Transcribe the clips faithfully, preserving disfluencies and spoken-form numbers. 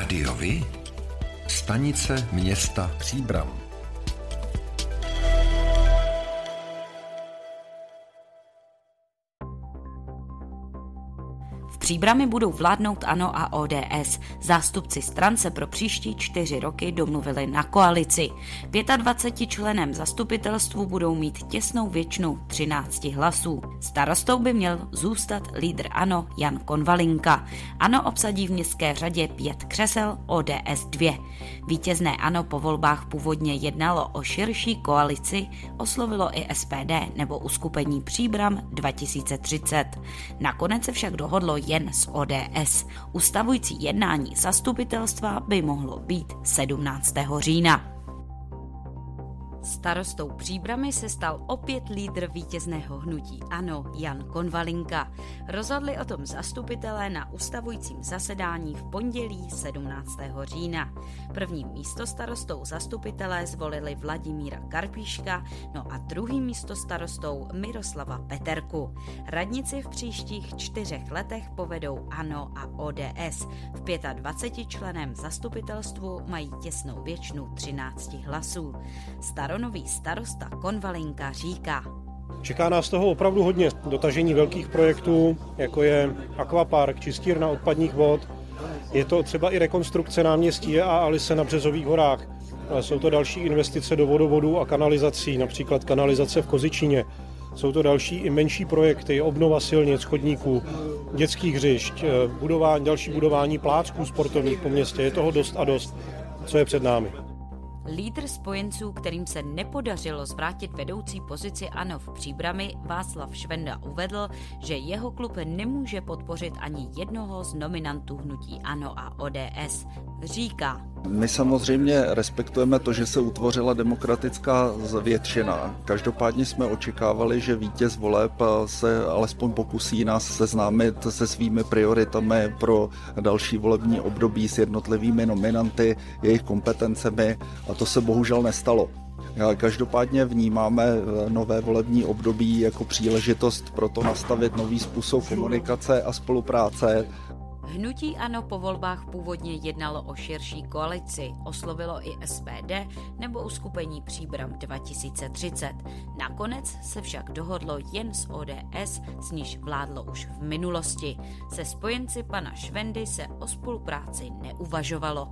Rádiovi? Stanice města Příbram. V Příbrami budou vládnout ANO a O D S. Zástupci stran se pro příští čtyři roky domluvili na koalici. dvaceti pěti členem zastupitelstvu budou mít těsnou většinu třinácti hlasů. Starostou by měl zůstat lídr ANO Jan Konvalinka. ANO obsadí v městské řadě pět křesel, O D S dvě. Vítězné ANO po volbách původně jednalo o širší koalici, oslovilo i S P D nebo uskupení Příbram dva tisíce třicet. Nakonec se však dohodlo jen s O D S. Ustavující jednání zastupitelstva by mohlo být sedmnáctého října. Starostou Příbrami se stal opět lídr vítězného hnutí ANO Jan Konvalinka. Rozhodli o tom zastupitelé na ustavujícím zasedání v pondělí sedmnáctého října. Prvním místostarostou zastupitelé zvolili Vladimíra Karpíška, no a druhým místostarostou Miroslava Peterku. Radnici v příštích čtyřech letech povedou ANO a O D S. V dvaceti pěti členém zastupitelstvu mají těsnou většinu třinácti hlasů. Staronový starosta Konvalinka říká: Čeká nás toho opravdu hodně. Dotažení velkých projektů, jako je akvapark, čistírna odpadních vod. Je to třeba i rekonstrukce náměstí a Alice na Březových horách. Ale jsou to další investice do vodovodů a kanalizací, například kanalizace v Kozičině. Jsou to další i menší projekty, obnova silnic, chodníků, dětských hřišť, budování, další budování plácků sportovních po městě. Je toho dost a dost, co je před námi. Lídr spojenců, kterým se nepodařilo zvrátit vedoucí pozici ANO v Příbrami, Václav Švenda uvedl, že jeho klub nemůže podpořit ani jednoho z nominantů hnutí ANO a O D S. Říká: My samozřejmě respektujeme to, že se utvořila demokratická většina. Každopádně jsme očekávali, že vítěz voleb se alespoň pokusí nás seznámit se svými prioritami pro další volební období s jednotlivými nominanty, jejich kompetencemi, a to se bohužel nestalo. Každopádně vnímáme nové volební období jako příležitost pro to nastavit nový způsob komunikace a spolupráce. Hnutí ANO po volbách původně jednalo o širší koalici, oslovilo i S P D nebo uskupení Příbram dva tisíce třicet. Nakonec se však dohodlo jen s O D S, s níž vládlo už v minulosti. Se spojenci pana Švendy se o spolupráci neuvažovalo.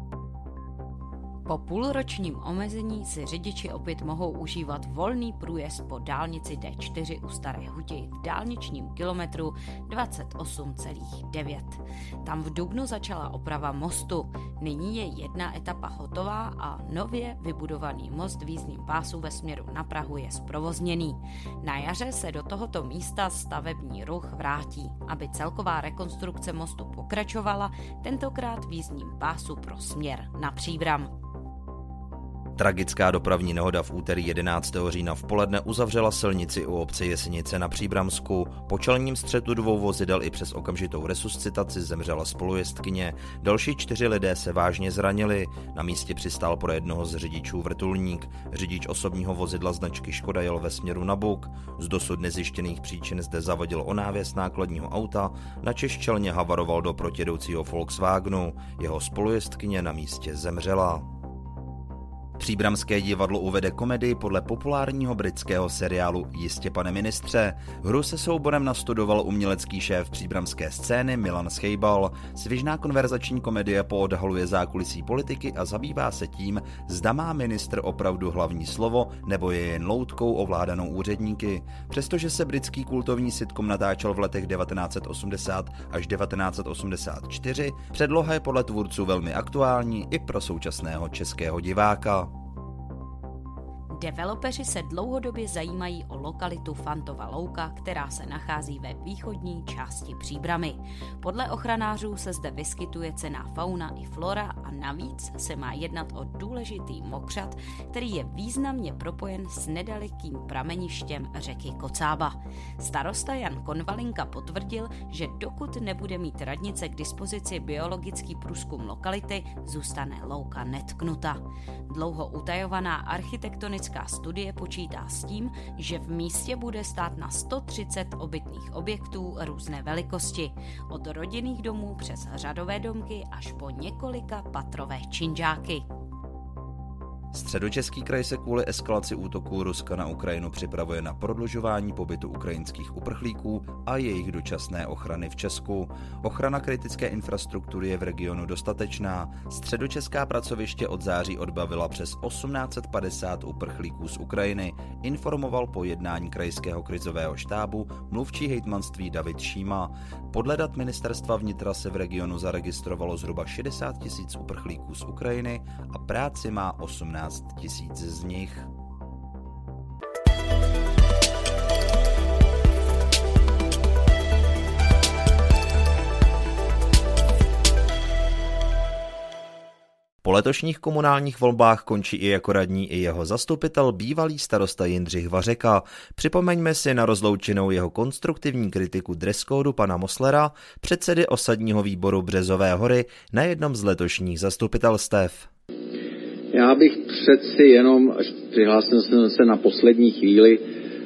Po půlročním omezení si řidiči opět mohou užívat volný průjezd po dálnici D čtyři u Staré Huti v dálničním kilometru dvacet osm celá devět. Tam v dubnu začala oprava mostu. Nyní je jedna etapa hotová a nově vybudovaný most v jízdním pásu ve směru na Prahu je zprovozněný. Na jaře se do tohoto místa stavební ruch vrátí. Aby celková rekonstrukce mostu pokračovala, tentokrát v jízdním pásu pro směr na Příbram. Tragická dopravní nehoda v úterý jedenáctého října v poledne uzavřela silnici u obce Jesenice na Příbramsku. Po čelním střetu dvou vozidel i přes okamžitou resuscitaci zemřela spolujezdkyně. Další čtyři lidé se vážně zranili. Na místě přistál pro jednoho z řidičů vrtulník. Řidič osobního vozidla značky Škoda jel ve směru na Buk. Z dosud nezjištěných příčin zde zavodil o návěs nákladního auta, načež čelně havaroval do protijedoucího Volkswagenu. Jeho spolujezdkyně na místě zemřela. Příbramské divadlo uvede komedii podle populárního britského seriálu Jistě, pane ministře. Hru se souborem nastudoval umělecký šéf příbramské scény Milan Schejbal. Svižná konverzační komedie poodhaluje zákulisí politiky a zabývá se tím, zda má ministr opravdu hlavní slovo nebo je jen loutkou ovládanou úředníky. Přestože se britský kultovní sitcom natáčel v letech devatenáct set osmdesát až devatenáct set osmdesát čtyři, předloha je podle tvůrců velmi aktuální i pro současného českého diváka. Developeři se dlouhodobě zajímají o lokalitu Fantova louka, která se nachází ve východní části Příbramy. Podle ochranářů se zde vyskytuje cenná fauna i flora a navíc se má jednat o důležitý mokřad, který je významně propojen s nedalekým prameništěm řeky Kocába. Starosta Jan Konvalinka potvrdil, že dokud nebude mít radnice k dispozici biologický průzkum lokality, zůstane louka netknuta. Dlouho utajovaná architektonická geologická studie počítá s tím, že v místě bude stát na sto třicet obytných objektů různé velikosti, od rodinných domů přes řadové domky až po několika patrové činžáky. Středočeský kraj se kvůli eskalaci útoků Ruska na Ukrajinu připravuje na prodlužování pobytu ukrajinských uprchlíků a jejich dočasné ochrany v Česku. Ochrana kritické infrastruktury je v regionu dostatečná. Středočeská pracoviště od září odbavila přes tisíc osm set padesát uprchlíků z Ukrajiny, informoval po jednání krajského krizového štábu mluvčí hejtmanství David Šíma. Podle dat ministerstva vnitra se v regionu zaregistrovalo zhruba šedesát tisíc uprchlíků z Ukrajiny a práci má osmnáct tisíc z nich. Po letošních komunálních volbách končí i jako radní i jeho zastupitel, bývalý starosta Jindřich Vařeka. Připomeňme si na rozloučenou jeho konstruktivní kritiku dresskódu pana Moslera, předsedy osadního výboru Březové hory, na jednom z letošních zastupitelstev. Já bych přeci jenom, až přihlásil jsem se na poslední chvíli,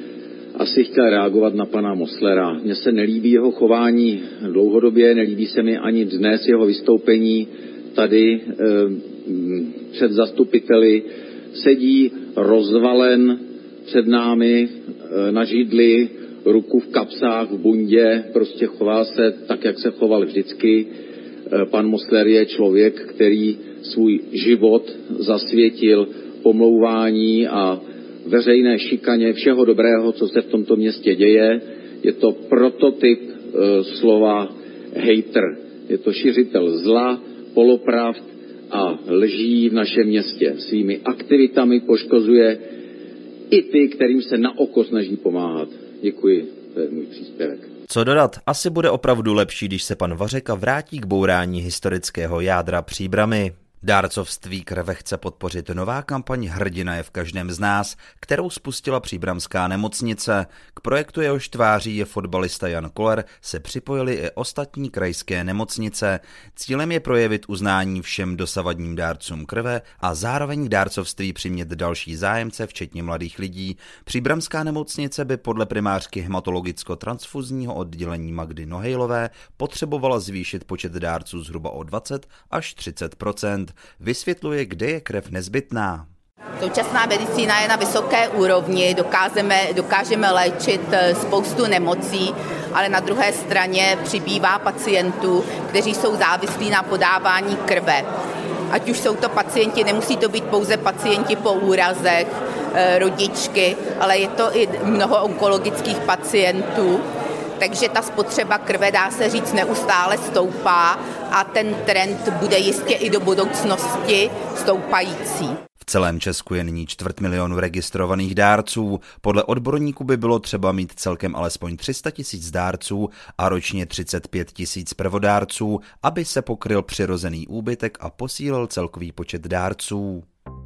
asi chtěl reagovat na pana Moslera. Mně se nelíbí jeho chování dlouhodobě, nelíbí se mi ani dnes jeho vystoupení tady e, před zastupiteli. Sedí rozvalen před námi e, na židli, ruku v kapsách, v bundě, prostě chová se tak, jak se choval vždycky. E, pan Mosler je člověk, který svůj život zasvětil pomlouvání a veřejné šikaně všeho dobrého, co se v tomto městě děje. Je to prototyp e, slova hejter. Je to šiřitel zla, polopravd a lží v našem městě. Svými aktivitami poškozuje i ty, kterým se na oko snaží pomáhat. Děkuji, to je můj příspěvek. Co dodat, asi bude opravdu lepší, když se pan Vařeka vrátí k bourání historického jádra Příbrami. Dárcovství krve chce podpořit nová kampaň Hrdina je v každém z nás, kterou spustila příbramská nemocnice. K projektu jehož tváří je fotbalista Jan Koller se připojili i ostatní krajské nemocnice. Cílem je projevit uznání všem dosavadním dárcům krve a zároveň k dárcovství přimět další zájemce, včetně mladých lidí. Příbramská nemocnice by podle primářky hematologicko-transfuzního oddělení Magdy Nohejlové potřebovala zvýšit počet dárců zhruba o dvacet až třicet procent. Vysvětluje, kde je krev nezbytná. Současná medicína je na vysoké úrovni, dokážeme, dokážeme léčit spoustu nemocí, ale na druhé straně přibývá pacientů, kteří jsou závislí na podávání krve. Ať už jsou to pacienti, nemusí to být pouze pacienti po úrazech, rodičky, ale je to i mnoho onkologických pacientů. Takže ta spotřeba krve, dá se říct, neustále stoupá a ten trend bude jistě i do budoucnosti stoupající. V celém Česku je nyní čtvrt milionu registrovaných dárců. Podle odborníků by bylo třeba mít celkem alespoň tři sta tisíc dárců a ročně třicet pět tisíc prvodárců, aby se pokryl přirozený úbytek a posílil celkový počet dárců.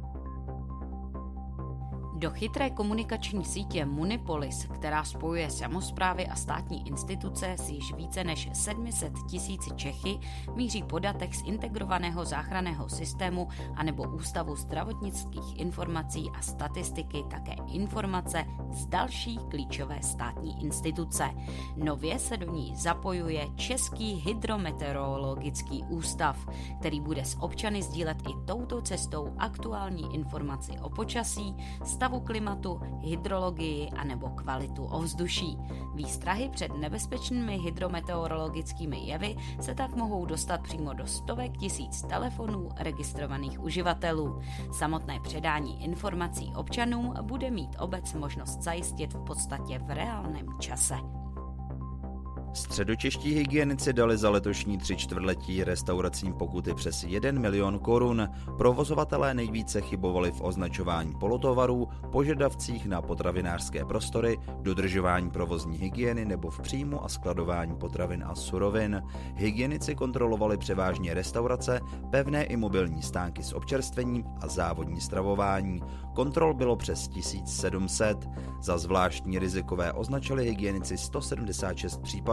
Do chytré komunikační sítě Munipolis, která spojuje samosprávy a státní instituce s již více než sedm set tisíc Čechy, míří podatek z integrovaného záchranného systému anebo Ústavu zdravotnických informací a statistiky také informace z další klíčové státní instituce. Nově se do ní zapojuje Český hydrometeorologický ústav, který bude s občany sdílet i touto cestou aktuální informaci o počasí, stavu klimatu, hydrologii anebo kvalitu ovzduší. Výstrahy před nebezpečnými hydrometeorologickými jevy se tak mohou dostat přímo do stovek tisíc telefonů registrovaných uživatelů. Samotné předání informací občanům bude mít obec možnost zajistit v podstatě v reálném čase. Středočeští hygienici dali za letošní tři čtvrtletí restauracím pokuty přes jeden milion korun. Provozovatelé nejvíce chybovali v označování polotovarů, požadavcích na potravinářské prostory, dodržování provozní hygieny nebo v příjmu a skladování potravin a surovin. Hygienici kontrolovali převážně restaurace, pevné i mobilní stánky s občerstvením a závodní stravování. Kontrol bylo přes tisíc sedm set. Za zvláštní rizikové označili hygienici sto sedmdesát šest případů.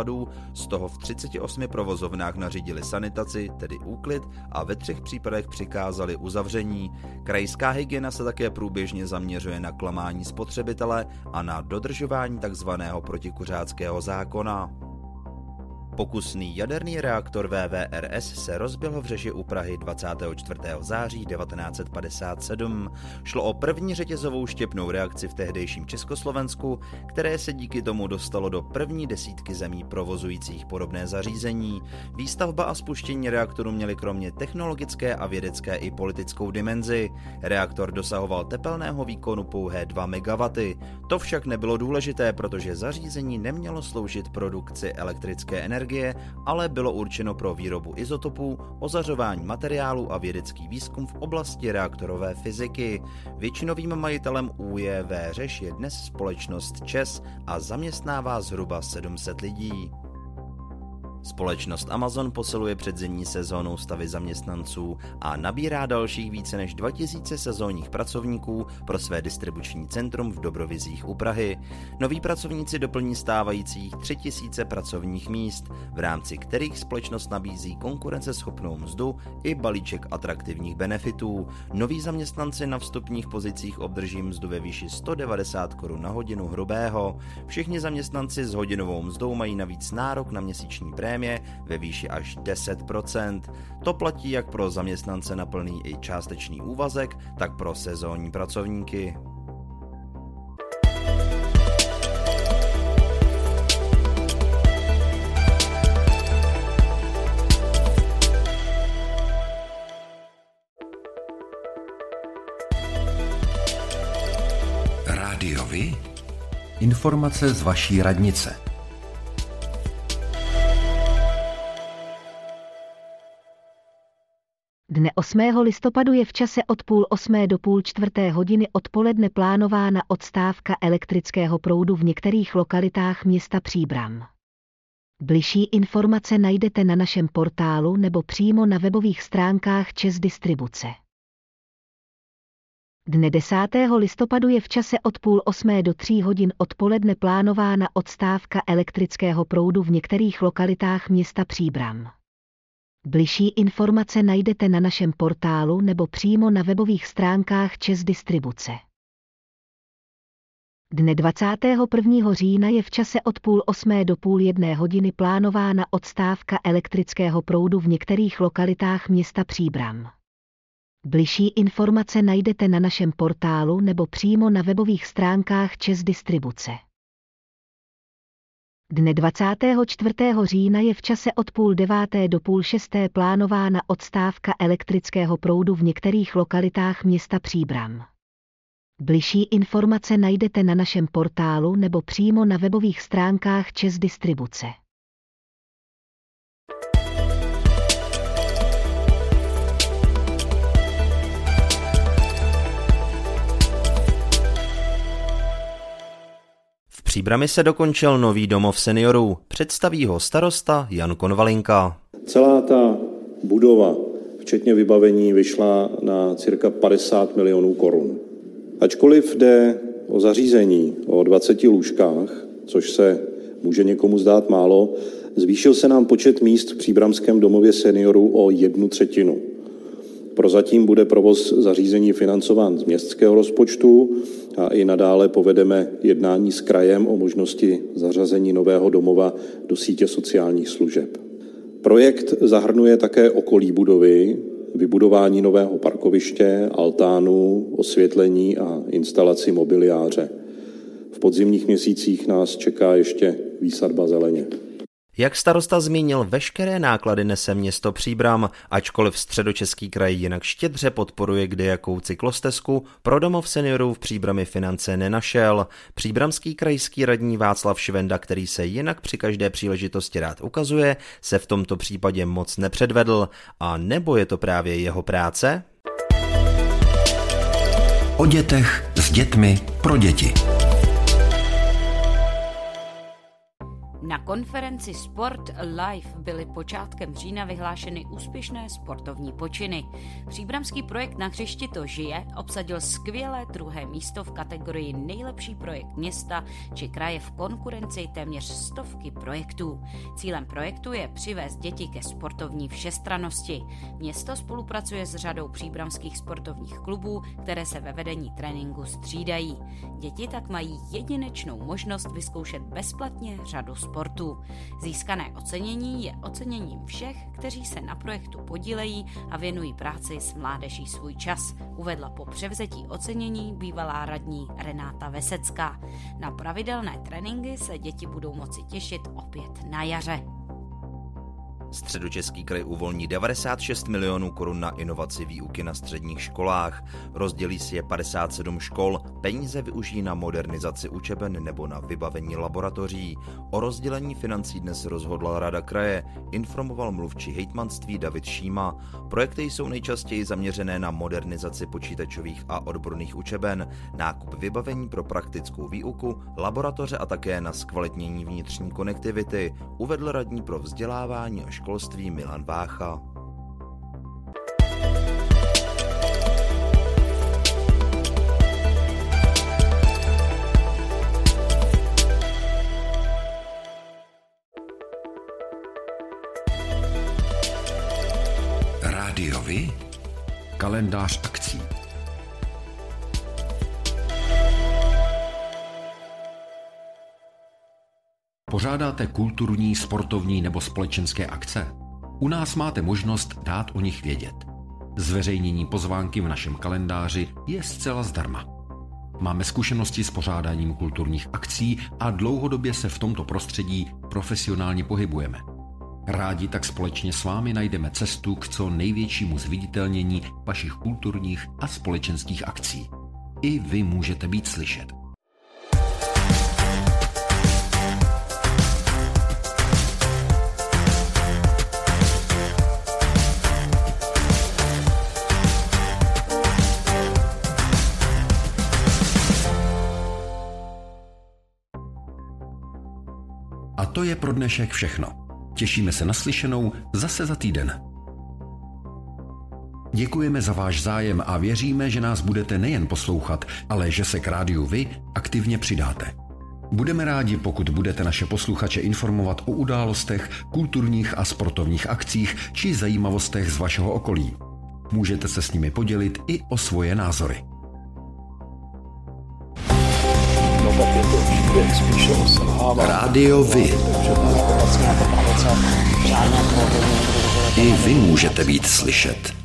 odpadů, z toho v třiceti osmi provozovnách nařídili sanitaci, tedy úklid, a ve třech případech přikázali uzavření. Krajská hygiena se také průběžně zaměřuje na klamání spotřebitele a na dodržování tzv. Protikuřáckého zákona. Pokusný jaderný reaktor V V R S se rozbil v Řeži u Prahy dvacátého čtvrtého září devatenáct set padesát sedm. Šlo o první řetězovou štěpnou reakci v tehdejším Československu, které se díky tomu dostalo do první desítky zemí provozujících podobné zařízení. Výstavba a spuštění reaktoru měly kromě technologické a vědecké i politickou dimenzi. Reaktor dosahoval tepelného výkonu pouhé dva megawatty. To však nebylo důležité, protože zařízení nemělo sloužit produkci elektrické energie, ale bylo určeno pro výrobu izotopů, ozařování materiálů a vědecký výzkum v oblasti reaktorové fyziky. Většinovým majitelem ú jé vé Řeš je dnes společnost ČEZ a zaměstnává zhruba sedm set lidí. Společnost Amazon posiluje předzimní sezónou stavy zaměstnanců a nabírá dalších více než dva tisíce sezónních pracovníků pro své distribuční centrum v Dobrovizích u Prahy. Noví pracovníci doplní stávajících tři tisíce pracovních míst, v rámci kterých společnost nabízí konkurenceschopnou mzdu i balíček atraktivních benefitů. Noví zaměstnanci na vstupních pozicích obdrží mzdu ve výši sto devadesát korun na hodinu hrubého. Všichni zaměstnanci s hodinovou mzdou mají navíc nárok na měsíční prémie ve výši až deset procent. To platí jak pro zaměstnance na plný i částečný úvazek, tak pro sezónní pracovníky. Rádiovi? Informace z vaší radnice. Dne osmého listopadu je v čase od půl osmé do půl čtvrté hodiny odpoledne plánována odstávka elektrického proudu v některých lokalitách města Příbram. Bližší informace najdete na našem portálu nebo přímo na webových stránkách ČEZ Distribuce. Dne desátého listopadu je v čase od půl osmé do tří hodin odpoledne plánována odstávka elektrického proudu v některých lokalitách města Příbram. Bližší informace najdete na našem portálu nebo přímo na webových stránkách ČEZ Distribuce. Dne dvacátého prvního října je v čase od půl osmé do půl jedné hodiny plánována odstávka elektrického proudu v některých lokalitách města Příbram. Bližší informace najdete na našem portálu nebo přímo na webových stránkách ČEZ Distribuce. Dne dvacátého čtvrtého října je v čase od půl deváté do půl šesté plánována odstávka elektrického proudu v některých lokalitách města Příbram. Bližší informace najdete na našem portálu nebo přímo na webových stránkách ČEZ Distribuce. V Příbrami se dokončil nový domov seniorů. Představí ho starosta Jan Konvalinka. Celá ta budova, včetně vybavení, vyšla na cirka padesát milionů korun. Ačkoliv jde o zařízení o dvaceti lůžkách, což se může někomu zdát málo, zvýšil se nám počet míst v příbramském domově seniorů o jednu třetinu. Prozatím bude provoz zařízení financován z městského rozpočtu a i nadále povedeme jednání s krajem o možnosti zařazení nového domova do sítě sociálních služeb. Projekt zahrnuje také okolí budovy, vybudování nového parkoviště, altánu, osvětlení a instalaci mobiliáře. V podzimních měsících nás čeká ještě výsadba zeleně. Jak starosta zmínil, veškeré náklady nese město Příbram, ačkoliv Středočeský kraj jinak štědře podporuje kdejakou cyklostezku, pro domov seniorů v Příbrami finance nenašel. Příbramský krajský radní Václav Švenda, který se jinak při každé příležitosti rád ukazuje, se v tomto případě moc nepředvedl. A nebo je to právě jeho práce? O dětech, s dětmi, pro děti. Na konferenci Sport Live byly počátkem října vyhlášeny úspěšné sportovní počiny. Příbramský projekt Na hřišti to žije obsadil skvělé druhé místo v kategorii nejlepší projekt města či kraje v konkurenci téměř stovky projektů. Cílem projektu je přivést děti ke sportovní všestrannosti. Město spolupracuje s řadou příbramských sportovních klubů, které se ve vedení tréninku střídají. Děti tak mají jedinečnou možnost vyzkoušet bezplatně řadu sportů. Získané ocenění je oceněním všech, kteří se na projektu podílejí a věnují práci s mládeží svůj čas, uvedla po převzetí ocenění bývalá radní Renáta Vesecká. Na pravidelné tréninky se děti budou moci těšit opět na jaře. Středočeský kraj uvolní devadesát šest milionů korun na inovaci výuky na středních školách. Rozdělí si je padesát sedm škol, peníze využijí na modernizaci učeben nebo na vybavení laboratoří. O rozdělení financí dnes rozhodla Rada kraje, informoval mluvčí hejtmanství David Šíma. Projekty jsou nejčastěji zaměřené na modernizaci počítačových a odborných učeben, nákup vybavení pro praktickou výuku, laboratoře a také na zkvalitnění vnitřní konektivity, uvedl radní pro vzdělávání a školství Milan Vácha. Rádiovi kalendář akcí. Pořádáte kulturní, sportovní nebo společenské akce? U nás máte možnost dát o nich vědět. Zveřejnění pozvánky v našem kalendáři je zcela zdarma. Máme zkušenosti s pořádáním kulturních akcí a dlouhodobě se v tomto prostředí profesionálně pohybujeme. Rádi tak společně s vámi najdeme cestu k co největšímu zviditelnění vašich kulturních a společenských akcí. I vy můžete být slyšet. A to je pro dnešek všechno. Těšíme se na slyšenou zase za týden. Děkujeme za váš zájem a věříme, že nás budete nejen poslouchat, ale že se k rádiu Vy aktivně přidáte. Budeme rádi, pokud budete naše posluchače informovat o událostech, kulturních a sportovních akcích či zajímavostech z vašeho okolí. Můžete se s nimi podělit i o svoje názory. Rádio Vy. I vy můžete být slyšet.